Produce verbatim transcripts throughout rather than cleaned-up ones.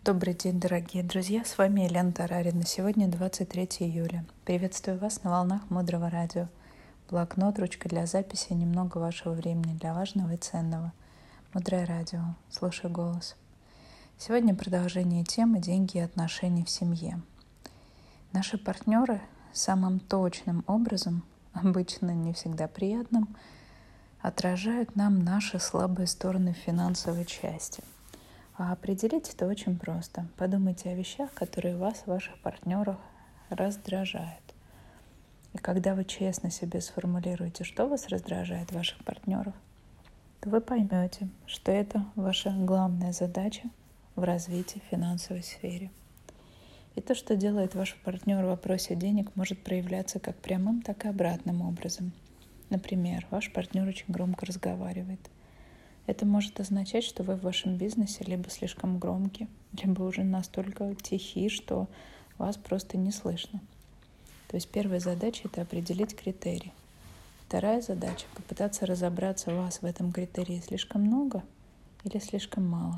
Добрый день, дорогие друзья, с вами Елена Тарарина. Сегодня двадцать третье июля. Приветствую вас на волнах Мудрого радио. Блокнот, ручка для записи, немного вашего времени для важного и ценного. Мудрое радио. Слушай голос. Сегодня продолжение темы «Деньги и отношения в семье». Наши партнеры самым точным образом, обычно не всегда приятным, отражают нам наши слабые стороны в финансовой части. А определить это очень просто. Подумайте о вещах, которые вас, ваших партнеров раздражают. И когда вы честно себе сформулируете, что вас раздражает ваших партнеров, то вы поймете, что это ваша главная задача в развитии в финансовой сфере. И то, что делает ваш партнер в вопросе денег, может проявляться как прямым, так и обратным образом. Например, ваш партнер очень громко разговаривает. Это может означать, что вы в вашем бизнесе либо слишком громкие, либо уже настолько тихи, что вас просто не слышно. То есть первая задача — это определить критерий. Вторая задача — попытаться разобраться, вас в этом критерии слишком много или слишком мало.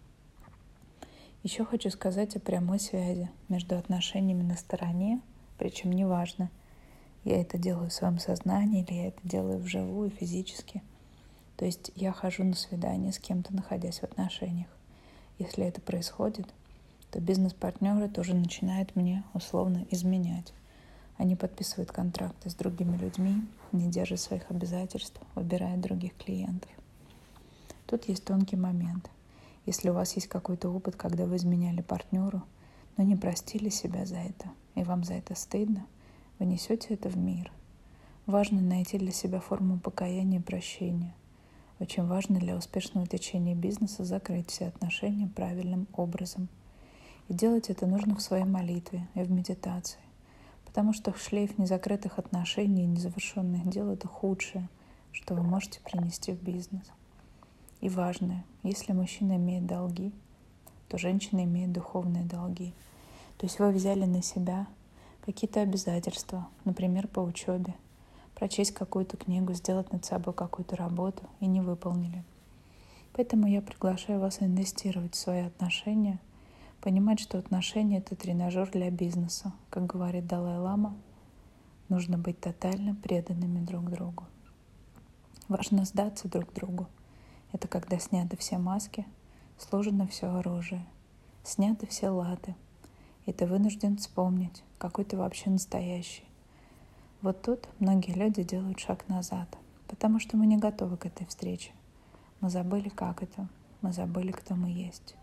Еще хочу сказать о прямой связи между отношениями на стороне, причем неважно, я это делаю в своем сознании или я это делаю вживую, физически. То есть я хожу на свидание с кем-то, находясь в отношениях. Если это происходит, то бизнес-партнеры тоже начинают мне условно изменять. Они подписывают контракты с другими людьми, не держат своих обязательств, выбирают других клиентов. Тут есть тонкий момент. Если у вас есть какой-то опыт, когда вы изменяли партнеру, но не простили себя за это, и вам за это стыдно, вы несете это в мир. Важно найти для себя форму покаяния и прощения. Очень важно для успешного течения бизнеса закрыть все отношения правильным образом. И делать это нужно в своей молитве и в медитации. Потому что шлейф незакрытых отношений и незавершенных дел — это худшее, что вы можете принести в бизнес. И важное, если мужчина имеет долги, то женщина имеет духовные долги. То есть вы взяли на себя какие-то обязательства, например, по учебе, прочесть какую-то книгу, сделать над собой какую-то работу и не выполнили. Поэтому я приглашаю вас инвестировать в свои отношения, понимать, что отношения — это тренажер для бизнеса. Как говорит Далай-лама, нужно быть тотально преданными друг другу. Важно сдаться друг другу. Это когда сняты все маски, сложено все оружие, сняты все латы, и ты вынужден вспомнить, какой ты вообще настоящий. Вот тут многие люди делают шаг назад, потому что мы не готовы к этой встрече. Мы забыли, как это. Мы забыли, кто мы есть.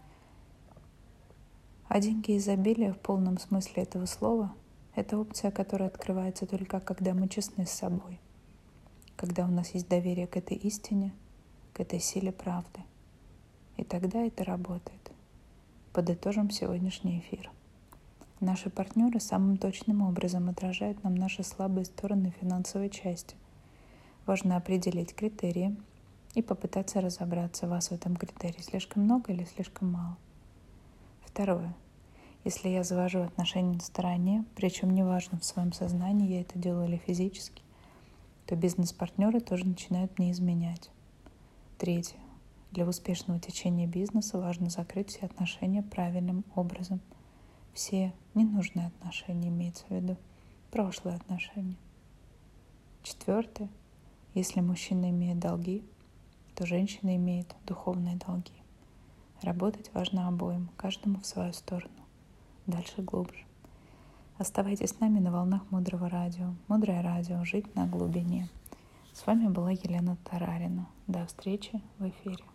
А деньги и изобилие в полном смысле этого слова — это опция, которая открывается только когда мы честны с собой, когда у нас есть доверие к этой истине, к этой силе правды. И тогда это работает. Подытожим сегодняшний эфир. Наши партнеры самым точным образом отражают нам наши слабые стороны в финансовой части. Важно определить критерии и попытаться разобраться, вас в этом критерии слишком много или слишком мало. Второе. Если я завожу отношения на стороне, причем неважно, в своем сознании я это делаю или физически, то бизнес-партнеры тоже начинают мне изменять. Третье. Для успешного течения бизнеса важно закрыть все отношения правильным образом. Все ненужные отношения, имеется в виду прошлые отношения. Четвертое. Если мужчина имеет долги, то женщина имеет духовные долги. Работать важно обоим, каждому в свою сторону. Дальше глубже. Оставайтесь с нами на волнах Мудрого радио. Мудрое радио. Жить на глубине. С вами была Елена Тарарина. До встречи в эфире.